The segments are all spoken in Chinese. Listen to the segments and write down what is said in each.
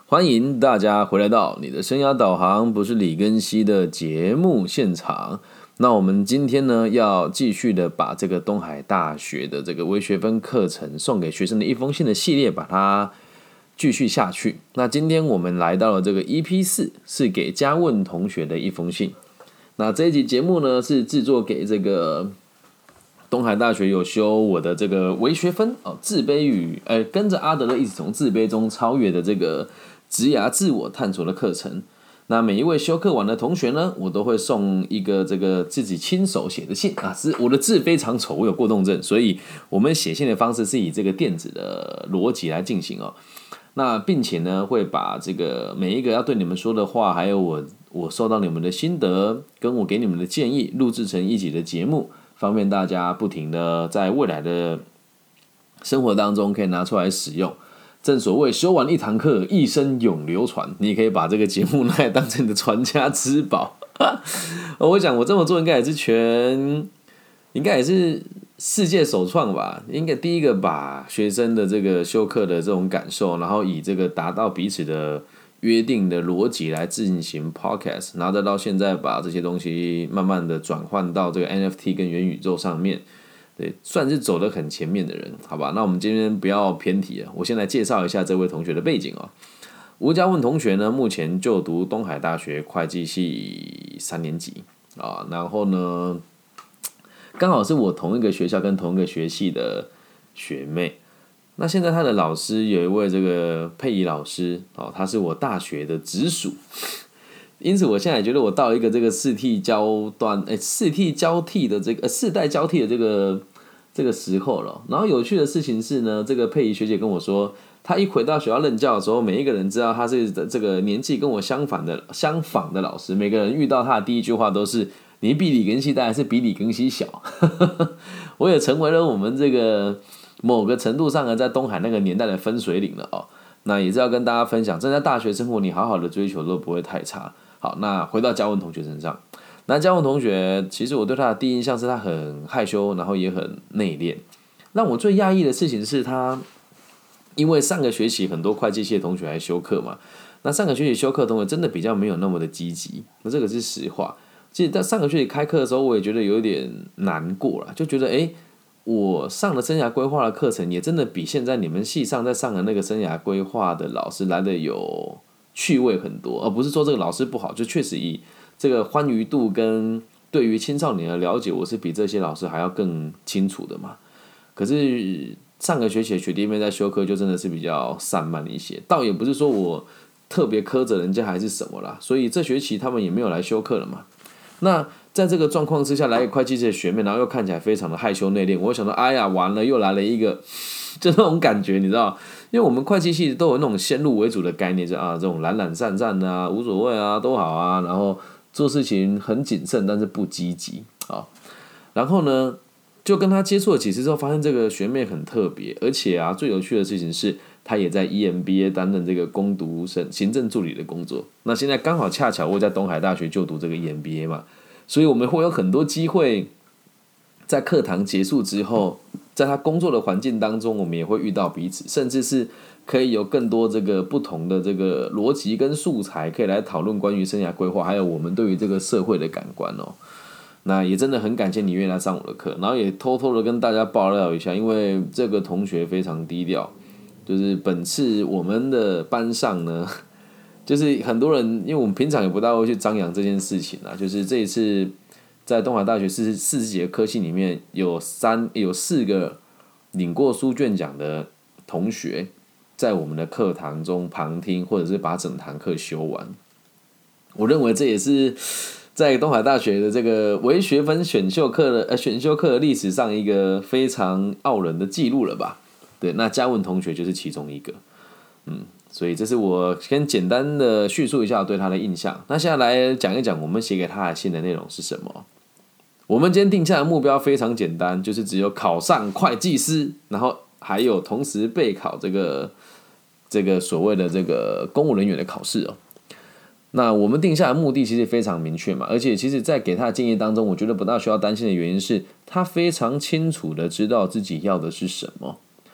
欢迎大家回来到你的生涯导航，不是李根熙的节目现场。那我们今天呢，要继续的把这个东海大学的这个微学分课程送给学生的一封信的系列，把它继续下去。那今天我们来到了这个 EP4，是给嘉问同学的一封信。那这一集节目呢，是制作给这个东海大学有修我的这个微学分自卑与跟着阿德勒一起从自卑中超越的这个职涯自我探索的课程。那每一位修课完的同学呢，我都会送一个这个自己亲手写的信啊。我的字非常丑，我有过动症，所以我们写信的方式是以这个电子的逻辑来进行哦。那并且呢，会把这个每一个要对你们说的话，还有我收到你们的心得，跟我给你们的建议，录制成一集的节目，方便大家不停的在未来的生活当中可以拿出来使用。正所谓修完一堂课，一生永流传。你可以把这个节目拿来当成你的传家之宝。我想我这么做应该也是世界首创吧。应该第一个把学生的这个修课的这种感受，然后以这个达到彼此的约定的逻辑来进行 podcast， 然后再到现在把这些东西慢慢的转换到这个 NFT 跟元宇宙上面。对，算是走得很前面的人，好吧？那我们今天不要偏题了，我先来介绍一下这位同学的背景哦。吴嘉问同学呢，目前就读东海大学会计系3年级啊，然后呢，刚好是我同一个学校跟同一个学系的学妹。那现在他的老师有一位这个佩仪老师哦，他是我大学的直属。因此，我现在也觉得我到一个这个世代交替的这个时候了。然后有趣的事情是呢，这个佩仪学姐跟我说，她一回到学校任教的时候，每一个人知道她是这个年纪跟我相仿的老师，每个人遇到她的第一句话都是：你比李根熙大还是比李根熙小？我也成为了我们这个某个程度上呢，在东海那个年代的分水岭了哦。那也是要跟大家分享，正在大学生活，你好好的追求都不会太差。好，那回到嘉文同学身上，那嘉文同学其实我对他的第一印象是他很害羞，然后也很内敛。让我最讶异的事情是他，因为上个学期很多会计系的同学来修课嘛，那上个学期修课的同学真的比较没有那么的积极，那这个是实话。其实在上个学期开课的时候，我也觉得有点难过了，就觉得我上了生涯规划的课程，也真的比现在你们系上在上的那个生涯规划的老师来的有趣味很多，而不是说这个老师不好，就确实以这个欢愉度跟对于青少年的了解，我是比这些老师还要更清楚的嘛。可是上个学期的学弟妹在修课就真的是比较散漫一些，倒也不是说我特别苛责人家还是什么啦，所以这学期他们也没有来修课了嘛。那在这个状况之下，来个会计系的学妹，然后又看起来非常的害羞内敛，我想说，哎呀，完了，又来了一个，就那种感觉，你知道？因为我们会计系都有那种先入为主的概念，就这种懒懒散散的啊，无所谓啊，都好啊，然后做事情很谨慎，但是不积极啊。然后呢，就跟他接触了几次之后，发现这个学妹很特别，而且啊，最有趣的事情是，她也在 EMBA 担任这个工读生、行政助理的工作。那现在刚好恰巧我在东海大学就读这个 EMBA 嘛，所以我们会有很多机会，在课堂结束之后，在他工作的环境当中，我们也会遇到彼此，甚至是可以有更多这个不同的这个逻辑跟素材，可以来讨论关于生涯规划，还有我们对于这个社会的感官哦。那也真的很感谢你愿意来上我的课，然后也偷偷的跟大家爆料一下，因为这个同学非常低调，就是本次我们的班上呢，就是很多人，因为我们平常也不大会去张扬这件事情啊，就是这一次在东海大学40几个科系里面有4个领过书卷奖的同学，在我们的课堂中旁听，或者是把整堂课修完。我认为这也是在东海大学的这个微学分选修课的历史上一个非常傲人的记录了吧？对，那嘉文同学就是其中一个，所以这是我先简单的叙述一下我对他的印象。那现在来讲一讲我们写给他的信的内容是什么。我们今天定下的目标非常简单，就是只有考上会计师，然后还有同时备考这个所谓的这个公务人员的考试哦。那我们定下的目的其实非常明确嘛，而且其实在给他的建议当中，我觉得不大需要担心的原因是，他非常清楚的知道自己要的是什么。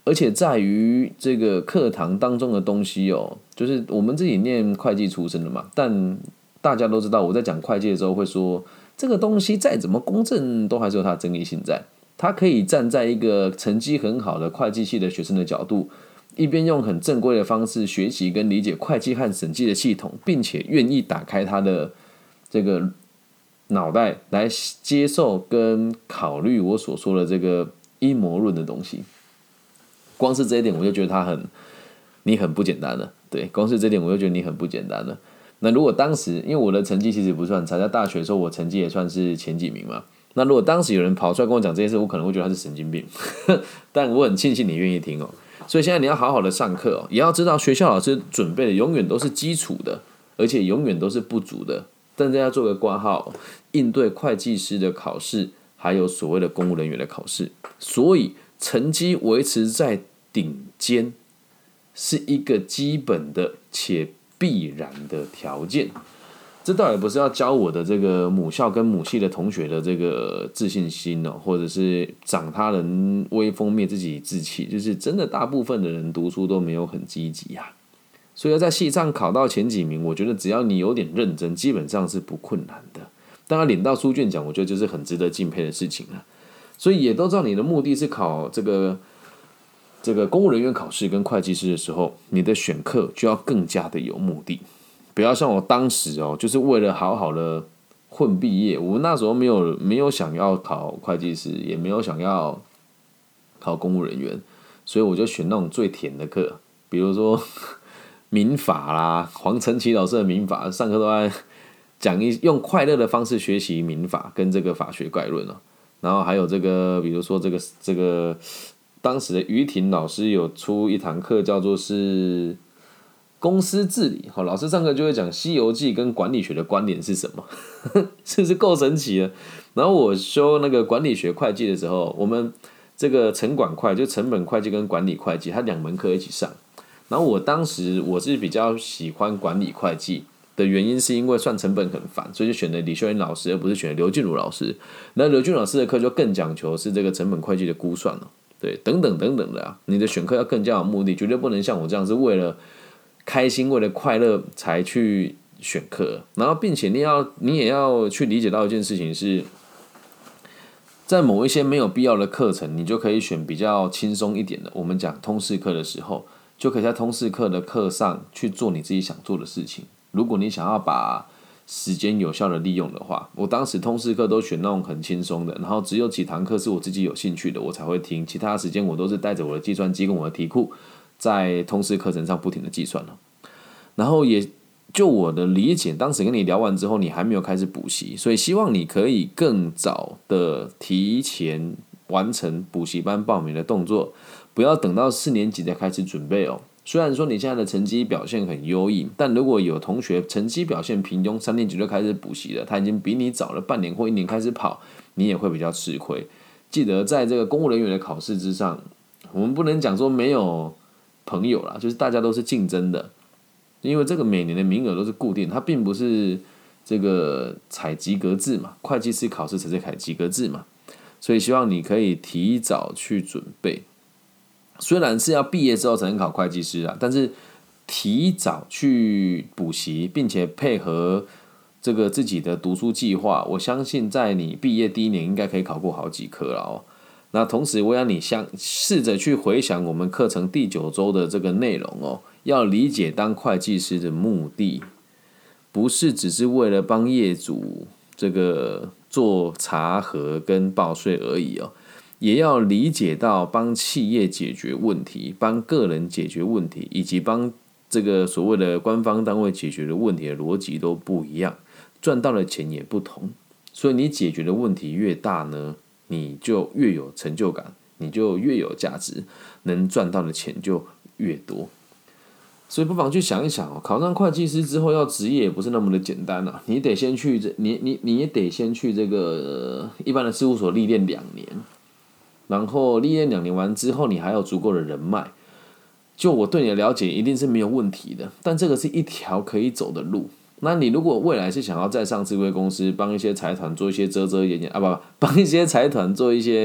而且在于这个课堂当中的东西哦，就是我们自己念会计出身的嘛，但大家都知道我在讲会计的时候会说，这个东西再怎么公正，都还是有它的争议性在。他可以站在一个成绩很好的会计系的学生的角度，一边用很正规的方式学习跟理解会计和审计的系统，并且愿意打开他的这个脑袋来接受跟考虑我所说的这个阴谋论的东西。光是这一点我就觉得你很不简单了，对，光是这一点我就觉得你很不简单了。那如果当时因为我的成绩其实不算差，在大学的时候我成绩也算是前几名嘛，那如果当时有人跑出来跟我讲这件事，我可能会觉得他是神经病，但我很庆幸你愿意听哦。所以现在你要好好的上课哦，也要知道学校老师准备的永远都是基础的，而且永远都是不足的。但大家做个括号，应对会计师的考试，还有所谓的公务人员的考试，所以成绩维持在顶尖是一个基本的且必然的条件。这倒也不是要教我的这个母校跟母系的同学的这个自信心哦，或者是长他人威风灭自己志气，就是真的大部分的人读书都没有很积极啊。所以要在系上考到前几名，我觉得只要你有点认真，基本上是不困难的。当然领到书卷奖，我觉得就是很值得敬佩的事情了。所以也都知道你的目的是考这个公务人员考试跟会计师的时候，你的选课就要更加的有目的。不要像我当时哦，就是为了好好的混毕业，我那时候没有想要考会计师，也没有想要考公务人员，所以我就选那种最甜的课，比如说民法啦，黄晨奇老师的民法，上课都在讲用快乐的方式学习民法跟这个法学概论哦。然后还有这个，比如说这个当时的于婷老师有出一堂课，叫做是公司治理，老师上课就会讲《西游记》跟管理学的关联是什么，是不是够神奇的？然后我修那个管理学会计的时候，我们这个成管会就成本会计跟管理会计，它两门课一起上。然后我当时我是比较喜欢管理会计的原因，是因为算成本很烦，所以就选了李秀妍老师，而不是选了刘俊儒老师。那刘俊儒老师的课就更讲求是这个成本会计的估算了，对，等等等等的啊。你的选课要更加有目的，绝对不能像我这样是为了开心、为了快乐才去选课。然后，并且你也要去理解到一件事情是，在某一些没有必要的课程，你就可以选比较轻松一点的。我们讲通识课的时候，就可以在通识课的课上去做你自己想做的事情。如果你想要把时间有效的利用的话，我当时通识课都选那种很轻松的，然后只有几堂课是我自己有兴趣的，我才会听。其他时间我都是带着我的计算机跟我的题库，在通识课程上不停的计算了。然后也就我的理解，当时跟你聊完之后，你还没有开始补习，所以希望你可以更早的提前完成补习班报名的动作，不要等到4年级才开始准备哦。虽然说你现在的成绩表现很优异，但如果有同学成绩表现平庸，3年级就开始补习了，他已经比你早了半年或1年开始跑，你也会比较吃亏。记得在这个公务人员的考试之上，我们不能讲说没有朋友啦，就是大家都是竞争的，因为这个每年的名额都是固定，它并不是这个采及格制嘛，会计师考试才是采及格制嘛，所以希望你可以提早去准备。虽然是要毕业之后才能考会计师啊，但是提早去补习，并且配合这个自己的读书计划，我相信在你毕业第1年应该可以考过好几科了哦。那同时我要你试着去回想我们课程第9周的这个内容哦，要理解当会计师的目的，不是只是为了帮业主这个做查核跟报税而已哦。也要理解到帮企业解决问题、帮个人解决问题，以及帮这个所谓的官方单位解决的问题的逻辑都不一样，赚到的钱也不同。所以你解决的问题越大呢，你就越有成就感，你就越有价值，能赚到的钱就越多。所以不妨去想一想哦，考上会计师之后要职业也不是那么的简单啊，你得先去你也得先去这个一般的事务所历练2年。然后历练2年完之后，你还有足够的人脉。就我对你的了解，一定是没有问题的。但这个是一条可以走的路。那你如果未来是想要在上市柜公司帮一些财团做一些遮遮掩掩啊，帮一些财团做一些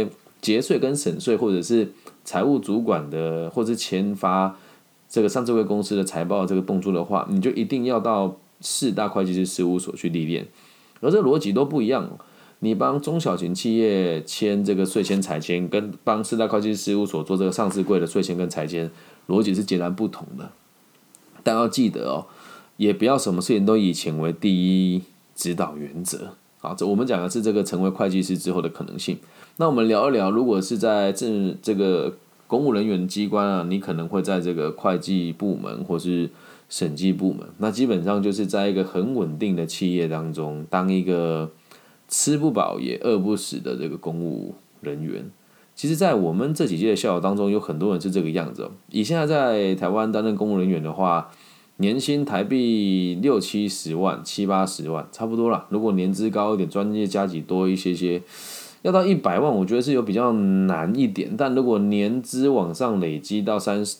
节税跟省税，或者是财务主管的，或者是签发这个上市柜公司的财报这个动作的话，你就一定要到4大会计师事务所去历练，而这逻辑都不一样。你帮中小型企业签这个税签财签，跟帮4大会计师事务所做这个上市柜的税签跟财签，逻辑是截然不同的。但要记得哦，也不要什么事情都以钱为第一指导原则。好，我们讲的是这个成为会计师之后的可能性。那我们聊一聊，如果是在这个公务人员机关啊，你可能会在这个会计部门或是审计部门，那基本上就是在一个很稳定的企业当中，当一个吃不饱也饿不死的这个公务人员。其实，在我们这几届的校友当中，有很多人是这个样子哦。以现在在台湾担任公务人员的话，年薪台币60-70万、70-80万，差不多啦。如果年资高一点，专业加级多一些，要到100万，我觉得是有比较难一点。但如果年资往上累积到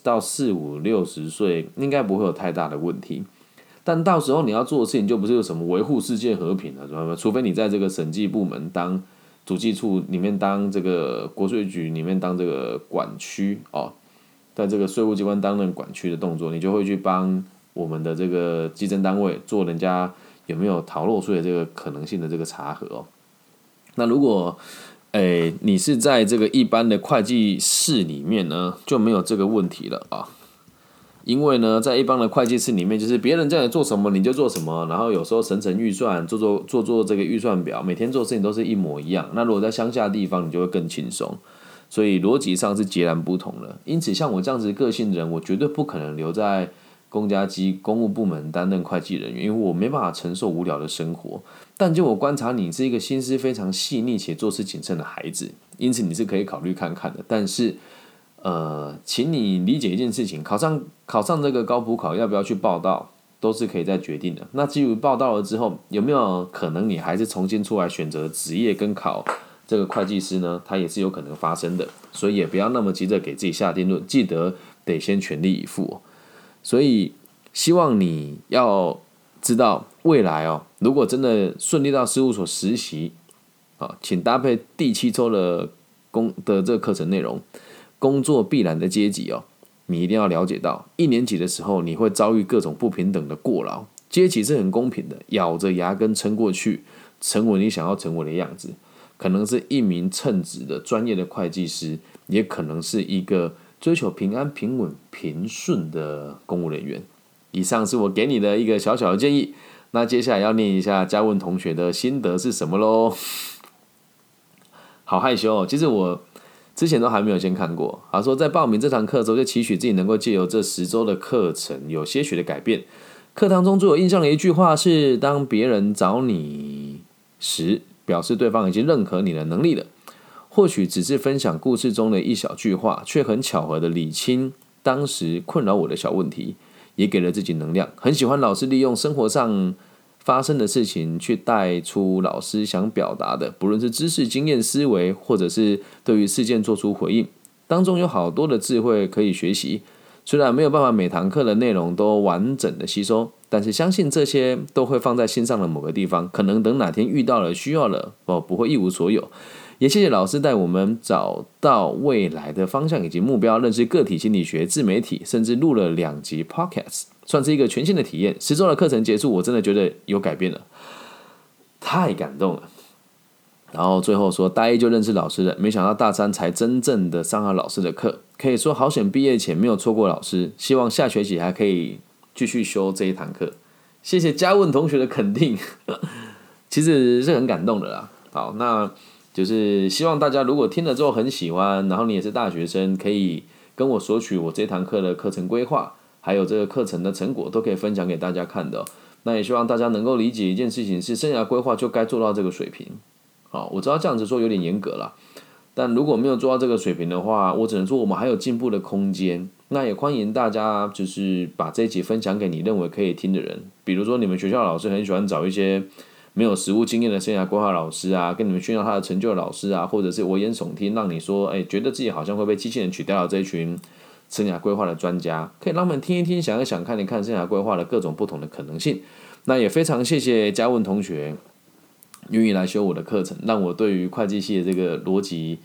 40-50-60岁，应该不会有太大的问题。但到时候你要做的事情就不是有什么维护世界和平了，除非你在这个审计部门当主计处里面当这个国税局里面当这个管区哦，在这个税务机关担任管区的动作，你就会去帮我们的这个稽征单位做人家有没有逃漏税的这个可能性的这个查核哦。那如果你是在这个一般的会计室里面呢，就没有这个问题了啊。因为呢，在一般的会计室里面，就是别人叫你做什么你就做什么，然后有时候审预算，做这个预算表，每天做的事情都是一模一样。那如果在乡下的地方，你就会更轻松，所以逻辑上是截然不同的。因此，像我这样子个性的人，我绝对不可能留在公务部门担任会计人员，因为我没办法承受无聊的生活。但就我观察，你是一个心思非常细腻且做事谨慎的孩子，因此你是可以考虑看看的。但是请你理解一件事情，考上这个高普考要不要去报到，都是可以再决定的。那至于报到了之后，有没有可能你还是重新出来选择职业跟考这个会计师呢？它也是有可能发生的，所以也不要那么急着给自己下定论，记得得先全力以赴。所以希望你要知道，未来如果真的顺利到事务所实习，请搭配第7周的这个课程内容。工作必然的阶级你一定要了解到，1年级的时候你会遭遇各种不平等的过劳，阶级是很公平的，咬着牙根撑过去，成为你想要成为的样子。可能是一名称职的专业的会计师，也可能是一个追求平安、平稳、平顺的公务人员。以上是我给你的一个小小的建议。那接下来要念一下嘉文同学的心得是什么咯？好害羞哦，其实我之前都还没有先看过。他说，在报名这堂课的时候，就期许自己能够借由这10周的课程有些许的改变。课堂中最有印象的一句话是：当别人找你时，表示对方已经认可你的能力了。或许只是分享故事中的一小句话，却很巧合的理清当时困扰我的小问题，也给了自己能量。很喜欢老师利用生活上发生的事情去带出老师想表达的，不论是知识、经验、思维，或者是对于事件做出回应，当中有好多的智慧可以学习。虽然没有办法每堂课的内容都完整的吸收，但是相信这些都会放在心上的某个地方，可能等哪天遇到了、需要了，不会一无所有。也谢谢老师带我们找到未来的方向以及目标，认识个体心理学、自媒体，甚至录了2集 podcast， 算是一个全新的体验。10周的课程结束，我真的觉得有改变了，太感动了。然后最后说，大一就认识老师了，没想到大3才真正的上了老师的课，可以说好险毕业前没有错过老师，希望下学期还可以继续修这一堂课。谢谢嘉文同学的肯定，其实是很感动的啦。好，那就是希望大家如果听了之后很喜欢，然后你也是大学生，可以跟我索取我这堂课的课程规划，还有这个课程的成果，都可以分享给大家看的。那也希望大家能够理解一件事情，是生涯规划就该做到这个水平。好，我知道这样子说有点严格啦，但如果没有做到这个水平的话，我只能说我们还有进步的空间。那也欢迎大家就是把这一集分享给你认为可以听的人，比如说你们学校的老师很喜欢找一些没有实务经验的生涯规划老师啊，跟你们炫耀他的成就的老师啊，或者是危言耸听让你说觉得自己好像会被机器人取代了这一群生涯规划的专家，可以让他们听一听，想一想，看一看生涯规划的各种不同的可能性。那也非常谢谢嘉文同学愿意来修我的课程，让我对于会计系的这个逻辑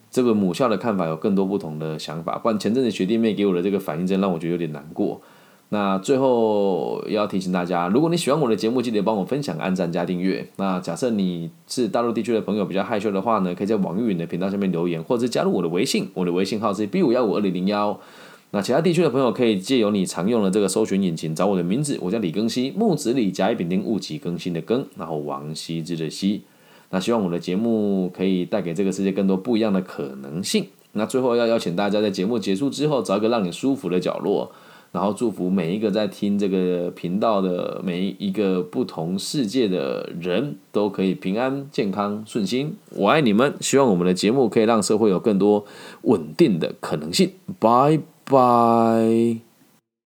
这个母校的看法有更多不同的想法，不然前阵子学弟妹给我的这个反应真让我觉得有点难过。那最后要提醒大家，如果你喜欢我的节目，记得帮我分享、按赞加订阅。那假设你是大陆地区的朋友比较害羞的话呢，可以在网易云的频道下面留言，或者是加入我的微信，我的微信号是 B5152001。那其他地区的朋友可以借由你常用的这个搜寻引擎找我的名字，我叫李庚希，木子李甲乙丙丁戊己更新的庚，然后王羲之的羲。那希望我的节目可以带给这个世界更多不一样的可能性。那最后要邀请大家在节目结束之后，找一个让你舒服的角落，然后祝福每一个在听这个频道的每一个不同世界的人都可以平安、健康、顺心。我爱你们，希望我们的节目可以让社会有更多稳定的可能性。拜拜。